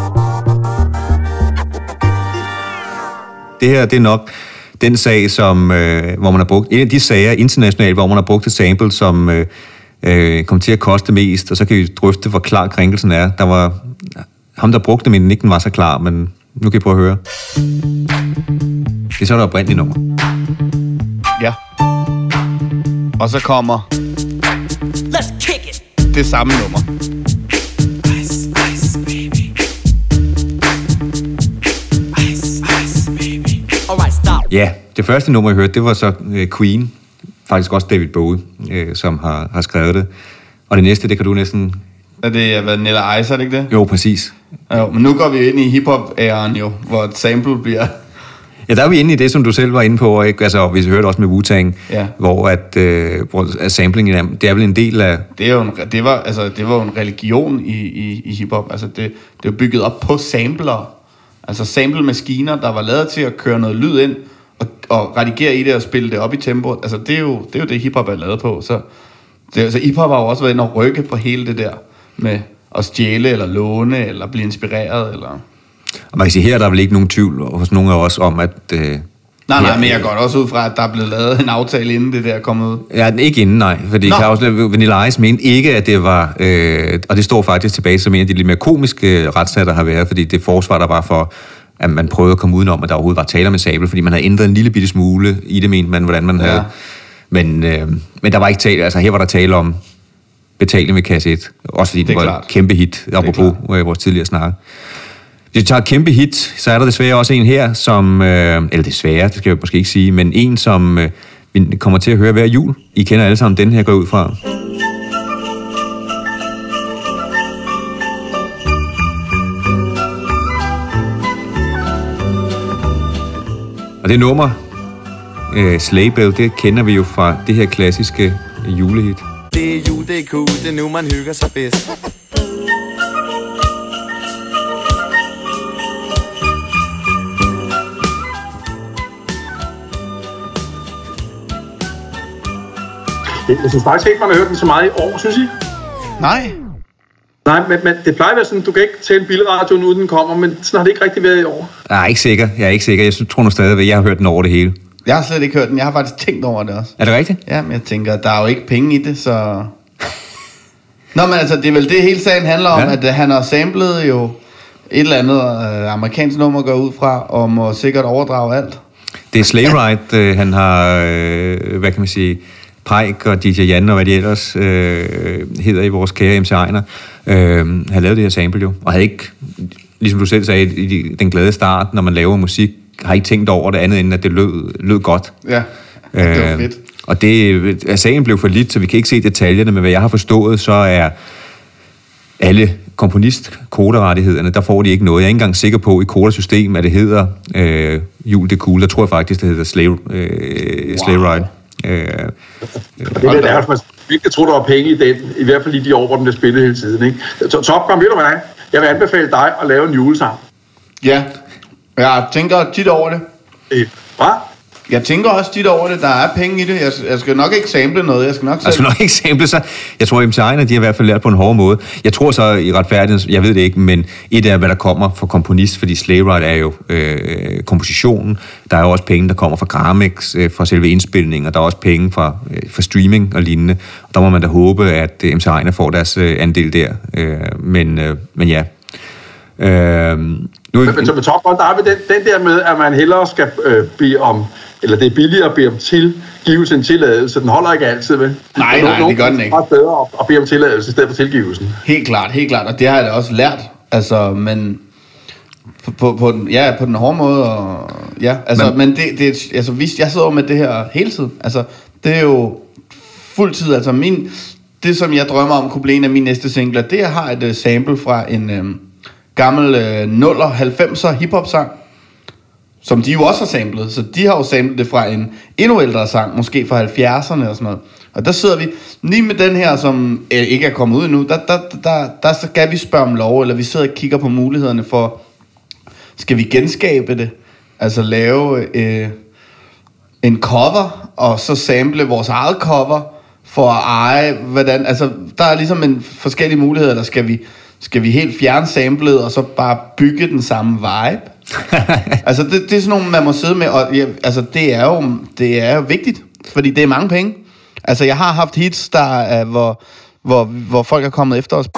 Det her, det er nok den sag, som, hvor man har brugt, en af de sager internationalt, hvor man har brugt et sample, som kom til at koste mest, og så kan vi drøfte, hvor klar krænkelsen er. Der var ham, der brugte, men ikke den var så klar, men nu kan I prøve at høre. Det er så der oprindelige nummer. Ja. Og så kommer Let's kick it. Det samme nummer. Ice, ice, baby. Ice, ice, baby. Alright, stop. Ja, det første nummer, jeg hørte, det var så Queen. Faktisk også David Bowie, som har skrevet det. Og det næste, det kan du næsten... Er det Vanilla Ice, er det ikke det? Jo, præcis. Jo, men nu går vi ind i hiphop-æren jo, hvor et sample bliver... Ja, der er vi inde i det, som du selv var inde på, ikke? Altså, vi hørte også med Wu-Tang, ja. hvor samplingen, det er vel en del af... Det var jo en religion i hiphop. Altså, det er bygget op på sampler. Altså sample-maskiner, der var lavet til at køre noget lyd ind, og redigere i det og spille det op i tempo. Altså, det er jo det hiphop er lavet på. Så hiphop har jo også været inde og rykke på hele det der, med at stjæle, eller låne, eller blive inspireret, eller... Og man kan sige, her der er vel ikke nogen tvivl hos nogen af os om, at... Nej, men jeg går også ud fra, at der er blevet lavet en aftale, inden det der kom ud. Ja, ikke inden, nej. Fordi Claus Vanilla Ice mente ikke, at det var... og det står faktisk tilbage som en af de lidt mere komiske retssager, der har været, fordi det forsvar, der var for, at man prøvede at komme udenom, at der overhovedet var taler med sabel, fordi man havde ændret en lille bitte smule i det, mente man, hvordan man havde... Men der var ikke tale... Altså, her var der tale om betaling med kasse 1. Også fordi det var et kæmpe hit, apropos vores tidligere snak. Hvis vi tager et kæmpe hit, så er der desværre også en her, som... eller desværre, det skal jeg måske ikke sige, men en, som vi kommer til at høre hver jul. I kender alle sammen den her, går ud fra. Og det nummer, Sleigh Bell, det kender vi jo fra det her klassiske julehit. Det er jul, det er cool, det er nu, man hygger sig bedst. Jeg synes faktisk ikke, man har hørt den så meget i år, synes I? Nej. Nej, men det plejer at være sådan, du kan ikke tale bilradioen, uden den kommer, men sådan har det ikke rigtig været i år. Jeg er ikke sikker. Jeg tror nu stadig, at jeg har hørt den over det hele. Jeg har slet ikke hørt den. Jeg har faktisk tænkt over det også. Er det rigtigt? Ja, men jeg tænker, der er jo ikke penge i det, så... Nå, men altså, det er vel det hele sagen handler om, at han har samlet jo et eller andet amerikansk nummer går ud fra, og må sikkert overdrage alt. Det er Sleigh Ride, han har, hvad kan man sige... Pike og DJ Jan og hvad de ellers hedder i vores kære MC Ejner, havde lavet det her sample jo, og havde ikke, ligesom du selv sagde, i den glade start, når man laver musik, har ikke tænkt over det andet, end at det lød godt. Ja, det var fedt. Og sagen blev for lidt, så vi kan ikke se detaljerne, men hvad jeg har forstået, så er alle komponist-koderettighederne, der får de ikke noget. Jeg er ikke engang sikker på i kodesystem, at det hedder Jul det cool. Der tror jeg faktisk, det hedder Sleigh Ride. Det er lidt ærligt, man ikke tror, der var penge i den, i hvert fald i de år, hvor den bliver spillet hele tiden. Ikke? Top Gun, ved du hvad? Jeg vil anbefale dig at lave en julesang. Ja, jeg tænker tit over det. Hvad? Jeg tænker også tit over det, der er penge i det. Jeg skal nok ikke sample noget, jeg skal nok ikke sample sig. Jeg tror, at MCI'erne, de har i hvert fald lært på en hård måde. Jeg tror så i retfærdighed, jeg ved det ikke, men et af, hvad der kommer fra komponist, fordi Slave Ride er jo kompositionen. Der er jo også penge, der kommer fra Gramex, fra selve indspilningen, og der er også penge fra streaming og lignende. Der må man da håbe, at MCI'erne får deres andel der. Men ja. Men så med Top Gun, der har vi den der med, at man hellere skal bede om, eller det er billigere at bede om tilgivelse end tilladelse. Den holder ikke altid, vel? Nej, det gør den ikke. Det er bedre at bede om tilladelse i stedet for tilgivelsen. Helt klart, og det har jeg da også lært. Altså, men på den hårde måde, og ja, altså, men det altså, hvis jeg sidder med det her hele tiden, altså, det er jo fuldtid, altså det som jeg drømmer om kunne blive en af mine næste singler, det jeg har et sample fra en gammel 90'er hiphop-sang, som de jo også har samlet, så de har jo samlet det fra en endnu ældre sang, måske fra 70'erne og sådan noget. Og der sidder vi lige med den her, som ikke er kommet ud endnu, der skal vi spørge om lov, eller vi sidder og kigger på mulighederne for, skal vi genskabe det? Altså lave en cover, og så sample vores eget cover, for at eje, hvordan, altså der er ligesom en forskellige muligheder, der skal vi helt fjerne samplet, og så bare bygge den samme vibe? Altså det er sådan nogle, man må sidde med, og altså det er jo vigtigt, fordi det er mange penge. Altså jeg har haft hits, der hvor folk er kommet efter os.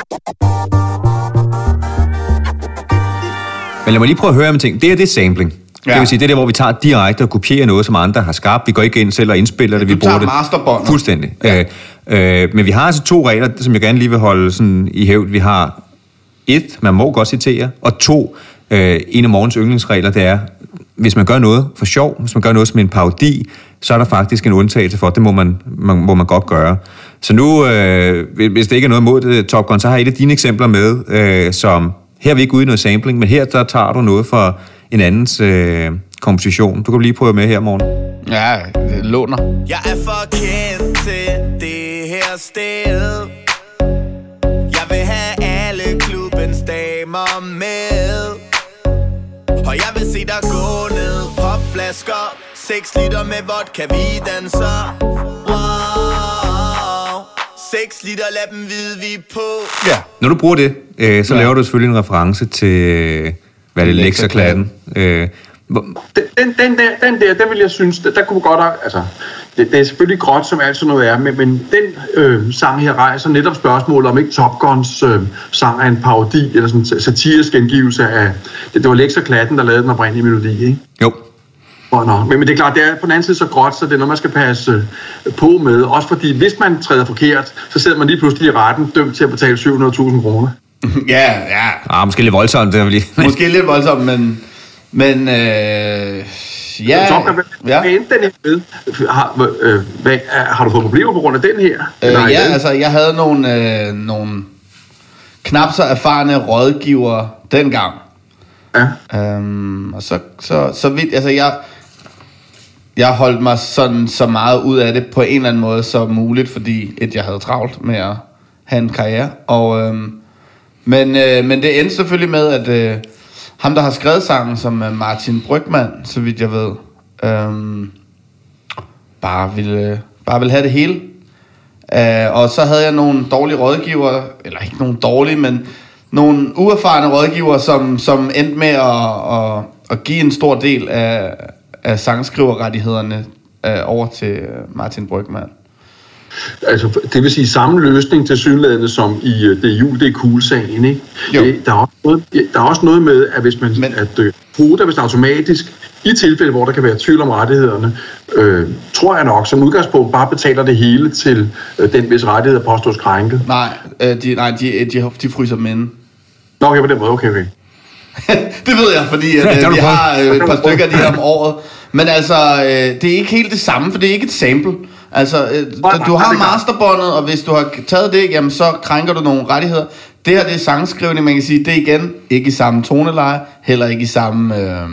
Men lad mig lige prøve at høre om ting. Det er sampling. Ja. Det vil sige, det er der, hvor vi tager direkte og kopierer noget, som andre har skabt. Vi går ikke ind selv og indspiller det, vi bruger det. Masterbånd. Fuldstændig. Ja. Men vi har altså 2 regler, som jeg gerne lige vil holde sådan i hævd. Vi har 1, man må godt citere, og 2, en af morgens yndlingsregler, det er, hvis man gør noget for sjov, hvis man gør noget som en parodi, så er der faktisk en undtagelse for, det må man godt gøre. Så nu, hvis det ikke er noget mod det, Top Gun, så har jeg et af dine eksempler med, som, her er vi ikke ude i noget sampling, men her der tager du noget for en andens komposition. Du kan lige prøve med her, morgen. Ja, det låner. Jeg er for kendt til det her sted. Jeg vil have alle klubbens damer med. Og jeg vil se dig gå ned, popflasker, 6 liter med vodka, vi danser. Wow, 6 liter, lad dem vide, vi på. Ja. Når du bruger det, så laver du selvfølgelig en reference til, hvad er det, Lexerklatten. Den der vil jeg synes, der kunne godt, altså, det er selvfølgelig gråt, som alt sådan noget er, men den sang her rejser netop spørgsmålet, om ikke Top Guns sang er en parodi, eller sådan en satirisk gengivelse af, det var Lexerklatten, der lavede den oprindelige melodi, ikke? Jo. Men det er klart, det er på den anden side så gråt, så det er noget, man skal passe på med, også fordi, hvis man træder forkert, så sidder man lige pludselig i retten, dømt til at betale 700.000 kroner. Ja. Måske lidt voldsomt, det er lige. Måske lidt voldsomt, men ja. Hvad endte den med? Har du fået problemer på grund af den her? Ja, altså jeg havde nogle knap så erfarne rådgivere dengang. Ja. Og så vidt, altså jeg holdt mig sådan så meget ud af det på en eller anden måde så muligt, fordi jeg havde travlt med at have en karriere. Og men det endte selvfølgelig med, at ham, der har skrevet sangen, som Martin Brygmann, så vidt jeg ved, bare ville have det hele. Og så havde jeg nogle dårlige rådgivere, eller ikke nogle dårlige, men nogle uerfarne rådgivere, som endte med at give en stor del af sangskriverrettighederne over til Martin Brygmann. Altså, det vil sige samme løsning til synlædende som i det jul, det er cool-sagen, ikke? Der er også noget med, at hvis man Koda, hvis automatisk, i tilfælde, hvor der kan være tvivl om rettighederne, tror jeg nok, som udgangspunkt bare betaler det hele til den, hvis rettigheder påstås krænket. Nej, de fryser dem inde. Nå, okay, på den måde, okay. Det ved jeg, fordi vi har et par stykker af de her om året. Men altså, det er ikke helt det samme, for det er ikke et sample. Altså, du har masterbåndet, og hvis du har taget det, jamen, så krænker du nogle rettigheder. Det her, det er sangskrivning, man kan sige, det er igen ikke i samme toneleje, heller ikke i samme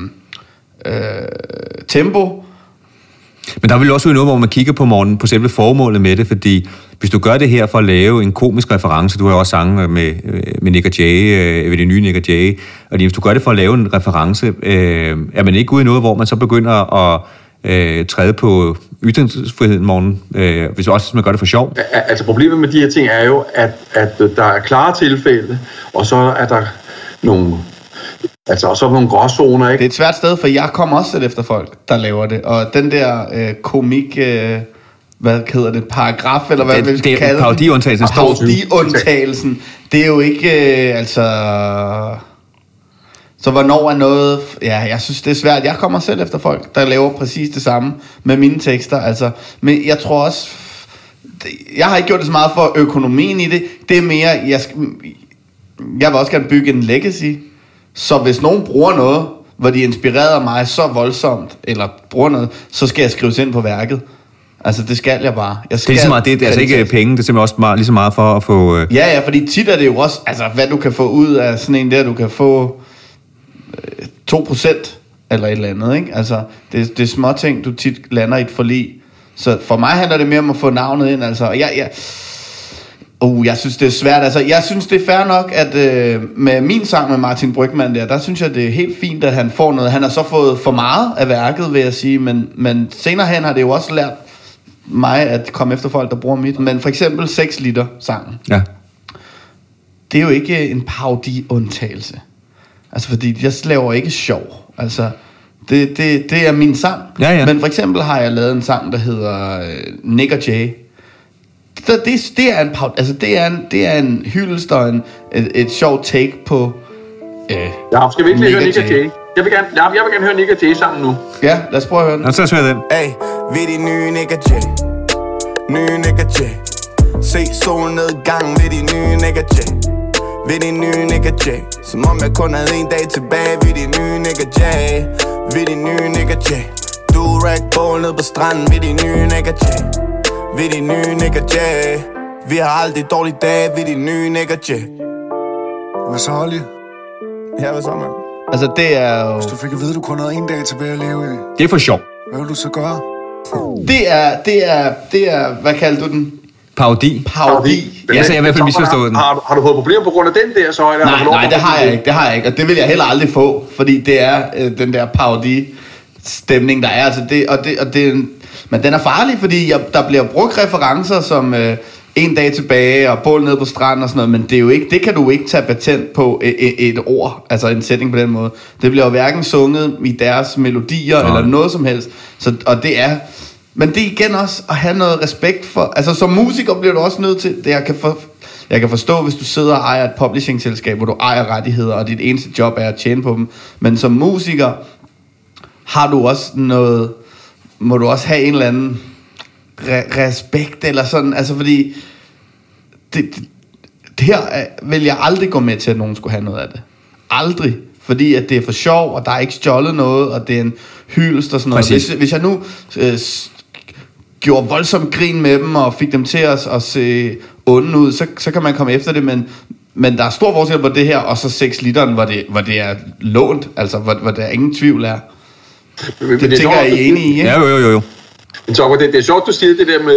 tempo. Men der vil også være noget, hvor man kigger på morgen på selve formålet med det, fordi hvis du gør det her for at lave en komisk reference, du har også sanget med Nick og Jay, ved det nye Nick og Jay, og hvis du gør det for at lave en reference, er man ikke ude i noget, hvor man så begynder træde på ytringsfriheden morgen, hvis man gør det for sjov. Altså problemet med de her ting er jo, at der er klare tilfælde, og så er der nogle... Altså, og så nogle gråzoner, ikke? Det er et svært sted, for jeg kommer også selv efter folk, der laver det. Og den der komik... hvad hedder det? Paragraf, eller hvad vi skal kalde det? Parodiundtagelsen. Parodiundtagelsen. Det er jo ikke... Så hvornår er noget... Ja, jeg synes, det er svært. Jeg kommer selv efter folk, der laver præcis det samme med mine tekster. Altså, men jeg tror også... Jeg har ikke gjort det så meget for økonomien i det. Det er mere... Jeg vil også gerne bygge en legacy. Så hvis nogen bruger noget, hvor de inspirerer mig så voldsomt, eller bruger noget, så skal jeg skrives ind på værket. Altså, det skal jeg bare. Det er lige så meget, det er altså ikke penge, det er simpelthen også lige så meget for at få... Ja, fordi tit er det jo også, altså, hvad du kan få ud af sådan en der, du kan få 2% eller et eller andet, ikke? Altså, det er små ting, du tit lander i et forlig. Så for mig handler det mere om at få navnet ind, altså. Jeg synes, det er svært. Altså, jeg synes, det er fair nok, at med min sang med Martin Brygmann der synes jeg, det er helt fint, at han får noget. Han har så fået for meget af værket, vil jeg sige, men senere hen har det jo også lært mig at komme efter folk, der bruger mit. Men for eksempel 6 liter sangen. Ja. Det er jo ikke en parodi-undtagelse. Altså, fordi jeg laver ikke sjov. Altså, det er min sang. Ja. Men for eksempel har jeg lavet en sang, der hedder Nick og Jay. Det er en altså det er en hyldest og et sjovt take på ja, skal vi ikke høre Nick og Jay? Jeg vil gerne høre Nick og Jay sammen nu. Ja, lad os prøve at høre den. Og så hører den. Hey, vi de nye Nick og Jay. Nye Nick og Jay. Se solnedgang ved de nye Nick og Jay. Ved de nye Nick og Jay. Som om jeg kun havde en dag tilbage. Ved de nye Nick og Jay. Ved de nye Nick og Jay. Du ragbowl ned på stranden. Ved de nye Nick og Jay. Ved de nye Nick og Jay. Vi har aldrig dårlige dage. Ved de nye Nick og Jay. Hvad så, Holly? Ja, hvad så, man? Altså, det er jo... Hvis du fik at vide, at du kun havde en dag tilbage at leve i, Det er for sjov. hvad vil du så gøre? Det er hvad kalder du den? Parodi. Ja, så jeg i hvert fald misforstået den. Har du fået problemer på grund af den der, så? Eller Nej, det har jeg ikke. Og det vil jeg heller aldrig få, fordi det er den der parodi-stemning, der er. Altså men den er farlig, fordi der bliver brugt referencer som en dag tilbage og bål ned på stranden og sådan noget, men det er jo ikke, det kan du ikke tage patent på et ord, altså en sætning på den måde. Det bliver jo hverken sunget i deres melodier eller noget som helst. Så, og det er... Men det er igen også at have noget respekt for... Altså som musiker bliver du også nødt til... Jeg kan forstå, hvis du sidder og ejer et publishing-selskab, hvor du ejer rettigheder, og dit eneste job er at tjene på dem. Men som musiker har du også noget... Må du også have en eller anden respekt, eller sådan... Altså fordi... Det her vil jeg aldrig gå med til, at nogen skulle have noget af det. Aldrig. Fordi at det er for sjov, og der er ikke stjålet noget, og det er en hyldest og sådan noget. Hvis jeg nu gjorde voldsomt grin med dem, og fik dem til at se onde ud, så kan man komme efter det, men der er stor forskel på det her, og så 6 literen, hvor det er lånt, altså hvor der ingen tvivl er. Det tænker jeg, I er enige i, ikke? Ja, jo. Men så det er sjovt, du siger det der med,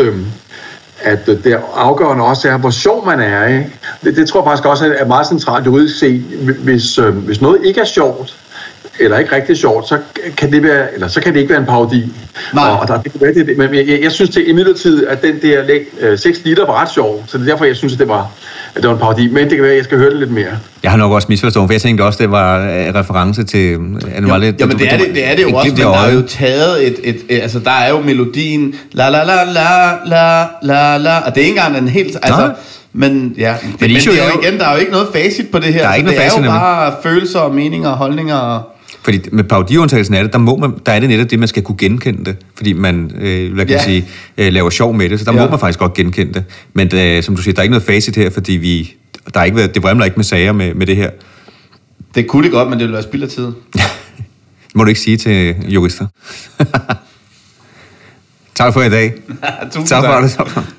at det afgørende også er, hvor sjov man er, ikke? Det tror jeg faktisk også er meget centralt juridisk set. Hvis noget ikke er sjovt, eller ikke rigtig sjovt, så kan det være, eller så kan det ikke være en parodi. Nej. Og der, men jeg synes til imidlertid, at den der 6 liter var ret sjov, så det er derfor, jeg synes, at det var en parodi. Men det kan være, at jeg skal høre det lidt mere. Jeg har nok også misforstået, for jeg tænkte også, det var reference til... Jamen det er det jo også, men der er jo taget altså der er jo melodien, la la la la la la la, og det er ikke engang en helt... Altså, men ja, det er jo igen, der er jo ikke noget facit på det her. Der er ikke noget facit, det er jo bare følelser og meninger og holdninger. Fordi med parodiundtagelsen er det, der er det netop det, man skal kunne genkende det. Fordi man, laver sjov med det, så der må man faktisk godt genkende det. Men som du siger, der er ikke noget facit her, fordi det vrimler ikke med sager med det her. Det kunne det godt, men det ville være spild af tid. Det må du ikke sige til jurister. Tak for i dag. Tusind tak. Tak for det.